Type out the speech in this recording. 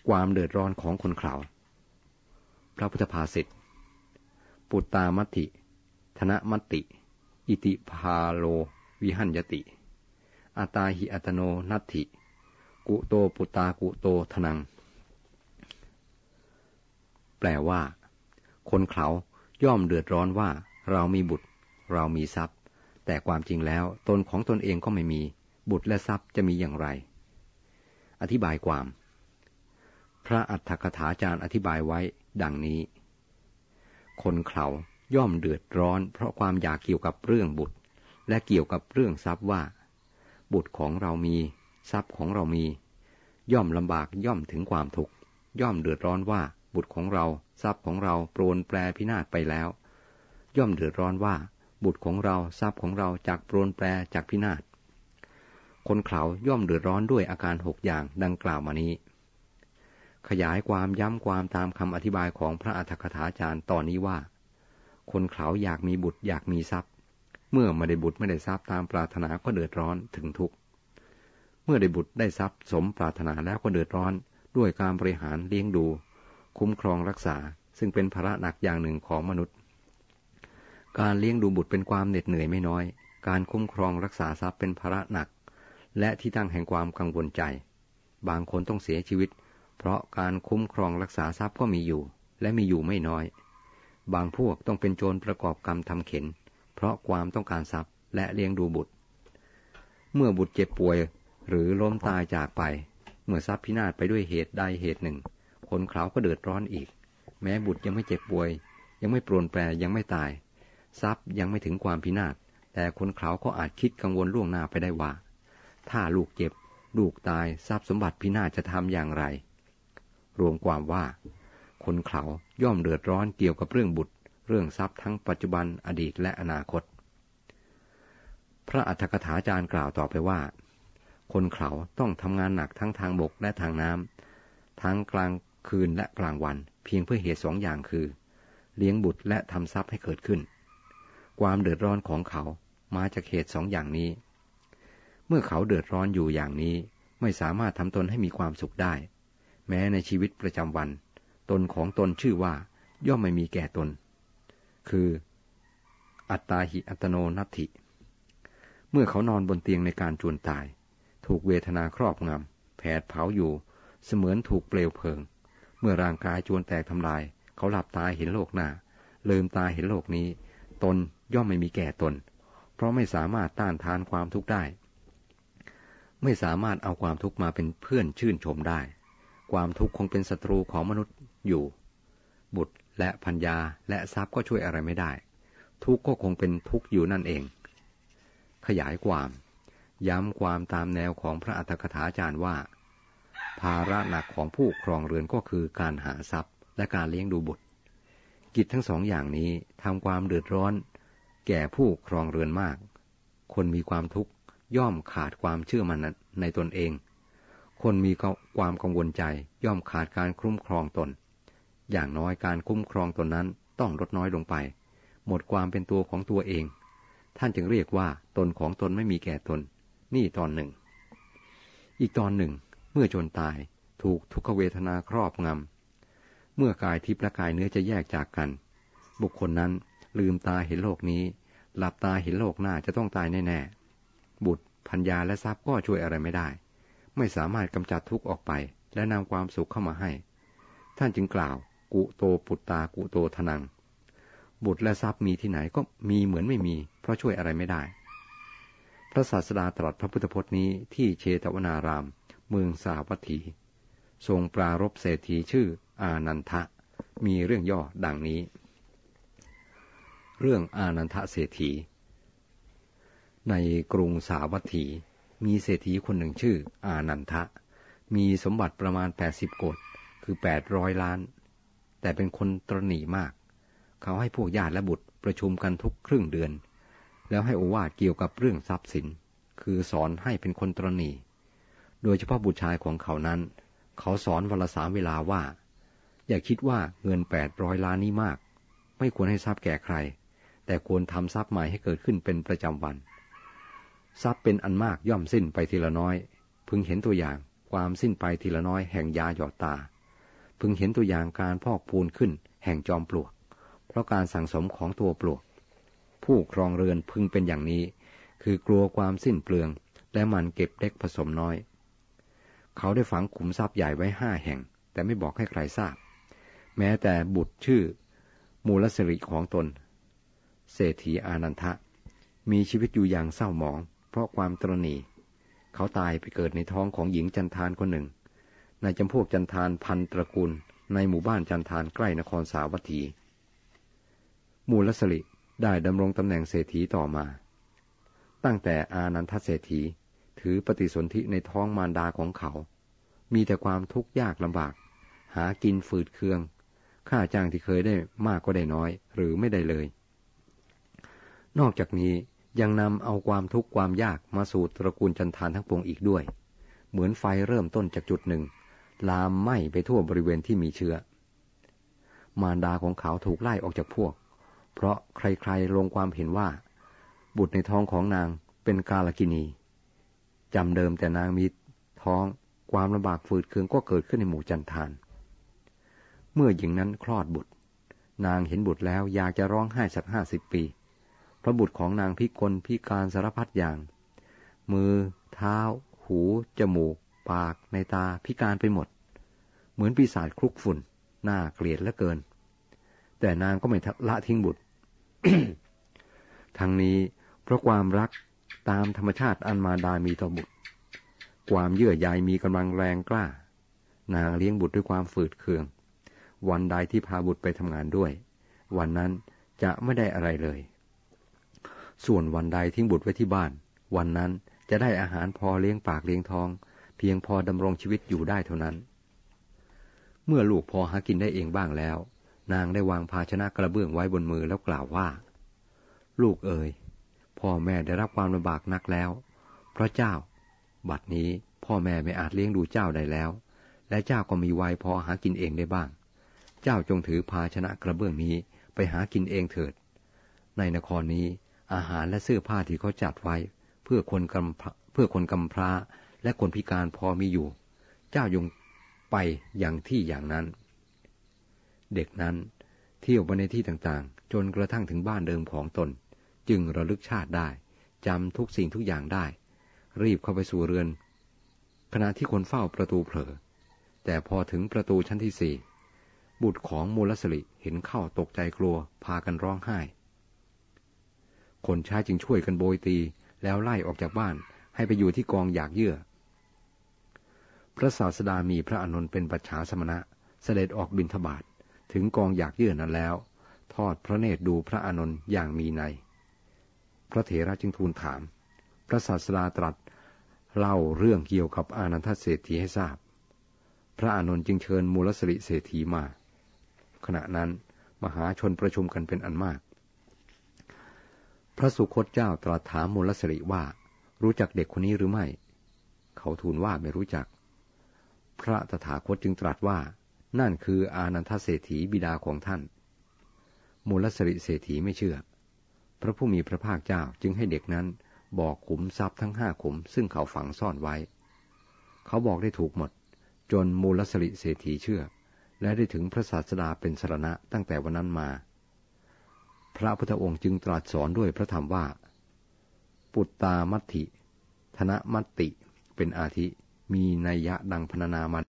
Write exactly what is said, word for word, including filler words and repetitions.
ความเดือดร้อนของคนเขาพระพุทธภาษิตปุตตามัตติธนมัตติอิติภาโลวิหัญญติอัตตาหิอัตโนนัตถิกุโตปุตตากุโตทนังแปลว่าคนเขาย่อมเดือดร้อนว่าเรามีบุตรเรามีทรัพย์แต่ความจริงแล้วตนของตนเองก็ไม่มีบุตรและทรัพย์จะมีอย่างไรอธิบายความพระอัฏฐกถาจารย์อธิบายไว้ดังนี้คนเขาย่อมเดือดร้อนเพราะความอยากเกี่ยวกับเรื่องบุตรและเกี่ยวกับเรื่องทรัพย์ว่าบุตรของเรามีทรัพย์ของเรามีย่อมลำบากย่อมถึงความทุกข์ย่อมเดือดร้อนว่าบุตรของเราทรัพย์ของเราโปรนแปรพินาศไปแล้วย่อมเดือดร้อนว่าบุตรของเราทรัพย์ของเราจากโปรนแปรจากพินาศคนเขาย่อมเดือดร้อนด้วยอาการหกอย่างดังกล่าวมานี้ขยายความย้ำความตามคำอธิบายของพระอัฏฐกถาจารย์ตอนนี้ว่าคนเขาอยากมีบุตรอยากมีทรัพย์เมื่อไม่ได้บุตรไม่ได้ทรัพย์ตามปรารถนาก็เดือดร้อนถึงทุกข์เมื่อได้บุตรได้ทรัพย์สมปรารถนาแล้วก็เดือดร้อนด้วยการบริหารเลี้ยงดูคุ้มครองรักษาซึ่งเป็นภาระหนักอย่างหนึ่งของมนุษย์การเลี้ยงดูบุตรเป็นความเหน็ดเหนื่อยไม่น้อยการคุ้มครองรักษาทรัพย์เป็นภาระหนักและที่ตั้งแห่งความกังวลใจบางคนต้องเสียชีวิตเพราะการคุ้มครองรักษาทรัพย์ก็มีอยู่และมีอยู่ไม่น้อยบางพวกต้องเป็นโจรประกอบกรรมทำเข็ญเพราะความต้องการทรัพย์และเลี้ยงดูบุตรเมื่อบุตรเจ็บป่วยหรือล้มตายจากไปเมื่อทรัพย์พินาศไปด้วยเหตุใดเหตุหนึ่งคนเขาก็เดือดร้อนอีกแม้บุตรยังไม่เจ็บป่วยยังไม่โปรนแปรยังไม่ตายทรัพย์ยังไม่ถึงความพินาศแต่คนเขาก็อาจคิดกังวลล่วงหน้าไปได้ว่าถ้าลูกเจ็บลูกตายทรัพย์สมบัติพินาศจะทำอย่างไรรวมความว่าคนเขาย่อมเดือดร้อนเกี่ยวกับเรื่องบุตรเรื่องทรัพย์ทั้งปัจจุบันอดีตและอนาคตพระอัฏฐกถาจารย์กล่าวต่อไปว่าคนเขาต้องทำงานหนักทั้งทางบกและทางน้ำทั้งกลางคืนและกลางวันเพียงเพื่อเหตุสองอย่างคือเลี้ยงบุตรและทำทรัพย์ให้เกิดขึ้นความเดือดร้อนของเขามาจากเหตุสองอย่างนี้เมื่อเขาเดือดร้อนอยู่อย่างนี้ไม่สามารถทำตนให้มีความสุขได้แม้ในชีวิตประจำวันตนของตนชื่อว่าย่อมไม่มีแก่ตนคืออัตตาหิอัตโนนัตถิเมื่อเขานอนบนเตียงในการจวนตายถูกเวทนาครอบงำแผดเผาอยู่เสมือนถูกเปลวเพลิงเมื่อร่างกายจวนแตกทำลายเขาหลับตาเห็นโลกหน้าลืมตาเห็นโลกนี้ตนย่อมไม่มีแก่ตนเพราะไม่สามารถต้านทานความทุกข์ได้ไม่สามารถเอาความทุกข์มาเป็นเพื่อนชื่นชมได้ความทุกข์คงเป็นศัตรูของมนุษย์อยู่บุตรและภรรยาและทรัพย์ก็ช่วยอะไรไม่ได้ทุกข์ก็คงเป็นทุกข์อยู่นั่นเองขยายความย้ำความตามแนวของพระอัฏฐกถาจารย์ว่าภาระหนักของผู้ครองเรือนก็คือการหาทรัพย์และการเลี้ยงดูบุตรกิจทั้งสองอย่างนี้ทำความเดือดร้อนแก่ผู้ครองเรือนมากคนมีความทุกข์ย่อมขาดความเชื่อมั่นในตนเองคนมีความกังวลใจย่อมขาดการคุ้มครองตนอย่างน้อยการคุ้มครองตนนั้นต้องลดน้อยลงไปหมดความเป็นตัวของตัวเองท่านจึงเรียกว่าตนของตนไม่มีแก่ตนนี่ตอนหนึ่งอีกตอนหนึ่งเมื่อจนตายถูกทุกขเวทนาครอบงำเมื่อกายทิพย์และกายเนื้อจะแยกจากกันบุคคลนั้นลืมตาเห็นโลกนี้หลับตาเห็นโลกหน้าจะต้องตายแน่ๆบุตรภรรยาและทรัพย์ก็ช่วยอะไรไม่ได้ไม่สามารถกำจัดทุกข์ออกไปและนำความสุขเข้ามาให้ท่านจึงกล่าวกุโตปุตตากุโตทนังบุตรและทรัพย์มีที่ไหนก็มีเหมือนไม่มีเพราะช่วยอะไรไม่ได้พระศาสดาตรัสพระพุทธพจน์นี้ที่เชตวนารามเมืองสาวัตถีทรงปรารภเศรษฐีชื่ออานันทะมีเรื่องย่อดังนี้เรื่องอานันทะเศรษฐีในกรุงสาวัตถีมีเศรษฐีคนหนึ่งชื่ออานันทะมีสมบัติประมาณแปดสิบโกฏคือแปดร้อยล้านแต่เป็นคนตระหนี่มากเขาให้พวกญาติและบุตรประชุมกันทุกครึ่งเดือนแล้วให้โอวาทเกี่ยวกับเรื่องทรัพย์สินคือสอนให้เป็นคนตระหนี่โดยเฉพาะบุตรชายของเขานั้นเขาสอนวันละสามเวลาว่าอย่าคิดว่าเงินแปดร้อยล้านนี้มากไม่ควรให้ทรัพย์แก่ใครแต่ควรทำทรัพย์ใหม่ให้เกิดขึ้นเป็นประจำวันทรัพย์เป็นอันมากย่อมสิ้นไปทีละน้อยพึงเห็นตัวอย่างความสิ้นไปทีละน้อยแห่งยาหยอดตาพึงเห็นตัวอย่างการพอกพูนขึ้นแห่งจอมปลวกเพราะการสั่งสมของตัวปลวกผู้ครองเรือนพึงเป็นอย่างนี้คือกลัวความสิ้นเปลืองและมันเก็บเล็กผสมน้อยเขาได้ฝังขุมทรัพย์ใหญ่ไว้ห้าแห่งแต่ไม่บอกให้ใครทราบแม้แต่บุตรชื่อมูลสิริของตนเศรษฐีอานันทะมีชีวิตอยู่อย่างเศร้าหมองเพราะความตระหนี่เขาตายไปเกิดในท้องของหญิงจันทานคนหนึ่งในจำพวกจันทานพันตระกูลในหมู่บ้านจันทานใกล้นครสาวัตถีมูลสิริได้ดำรงตำแหน่งเศรษฐีต่อมาตั้งแต่อานันทเศรษฐีถือปฏิสนธิในท้องมารดาของเขามีแต่ความทุกข์ยากลำบากหากินฝืดเคืองค่าจ้างที่เคยได้มากก็ได้น้อยหรือไม่ได้เลยนอกจากนี้ยังนำเอาความทุกข์ความยากมาสู่ตระกูลจันทานทั้งปวงอีกด้วยเหมือนไฟเริ่มต้นจากจุดหนึ่งลามไหม้ไปทั่วบริเวณที่มีเชื้อมารดาของเขาถูกไล่ออกจากพวกเพราะใครๆลงความเห็นว่าบุตรในท้องของนางเป็นกาลกินีจำเดิมแต่นางมีท้องความลำบากฝืดเคืองก็เกิดขึ้นในหมู่จันทานเมื่อหญิงนั้นคลอดบุตรนางเห็นบุตรแล้วอยากจะร้องไห้สักห้าสิบปีเพราะบุตรของนางพิกลพิการสารพัดอย่างมือเท้าหูจมูกปากในตาพิการไปหมดเหมือนปีศาจคลุกฝุ่นน่าเกลียดเหลือเกินแต่นางก็ไม่ละทิ้งบุตร ทั้งนี้เพราะความรักตามธรรมชาติอันมารดามีต่อบุตรความเยื่อใยมีกำลังแรงกล้านางเลี้ยงบุตรด้วยความฝืดเคืองวันใดที่พาบุตรไปทำงานด้วยวันนั้นจะไม่ได้อะไรเลยส่วนวันใดทิ้งบุตรไว้ที่บ้านวันนั้นจะได้อาหารพอเลี้ยงปากเลี้ยงท้องเพียงพอดำรงชีวิตอยู่ได้เท่านั้นเมื่อลูกพอหากินได้เองบ้างแล้วนางได้วางภาชนะกระเบื้องไว้บนมือแล้วกล่าวว่าลูกเอ๋ยพ่อแม่ได้รับความลำบากนักแล้วเพราะเจ้าบัดนี้พ่อแม่ไม่อาจเลี้ยงดูเจ้าได้แล้วและเจ้าก็มีวัยพอหากินเองได้บ้างเจ้าจงถือภาชนะกระเบื้องนี้ไปหากินเองเถิดในนครนี้อาหารและเสื้อผ้าที่เขาจัดไว้เพื่อคนกำเพื่อคนกำพร้าและคนพิการพอมีอยู่เจ้าจงไปอย่างที่อย่างนั้นเด็กนั้นเที่ยวไปในที่ต่างๆจนกระทั่งถึงบ้านเดิมของตนจึงระลึกชาติได้จำทุกสิ่งทุกอย่างได้รีบเข้าไปสู่เรือนขณะที่คนเฝ้าประตูเผลอแต่พอถึงประตูชั้นที่สี่บุตรของมูลสิริเห็นเข้าตกใจกลัวพากันร้องไห้คนใช้จึงช่วยกันโบยตีแล้วไล่ออกจากบ้านให้ไปอยู่ที่กองหยากเยื่อพระศาสดามีพระอานนท์เป็นปัจฉาสมณะเสด็จออกบิณฑบาตถึงกองหยากเยื่อนั้นแล้วทอดพระเนตรดูพระอานนท์อย่างมีในพระเถระจึงทูลถามพระศาสดาตรัสเล่าเรื่องเกี่ยวกับอานันทเศรษฐีให้ทราบพระอานนท์จึงเชิญมูลสิริเศรษฐีมาขณะนั้นมหาชนประชุมกันเป็นอันมากพระสุคตเจ้าตรัสถามมูลสิริว่ารู้จักเด็กคนนี้หรือไม่เขาทูลว่าไม่รู้จักพระตถาคตจึงตรัสว่านั่นคืออานันทเศรษฐีบิดาของท่านมูลสิริเศรษฐีไม่เชื่อพระผู้มีพระภาคเจ้าจึงให้เด็กนั้นบอกขุมทรัพย์ทั้งห้าขุมซึ่งเขาฝังซ่อนไว้เขาบอกได้ถูกหมดจนมูลสิริเศรษฐีเชื่อและได้ถึงพระศาสดาเป็นสรณะตั้งแต่วันนั้นมาพระพุทธองค์จึงตรัสสอนด้วยพระธรรมว่าปุตตามัตถิธนมัตติเป็นอาทิมีนัยยะดังพรรณนามา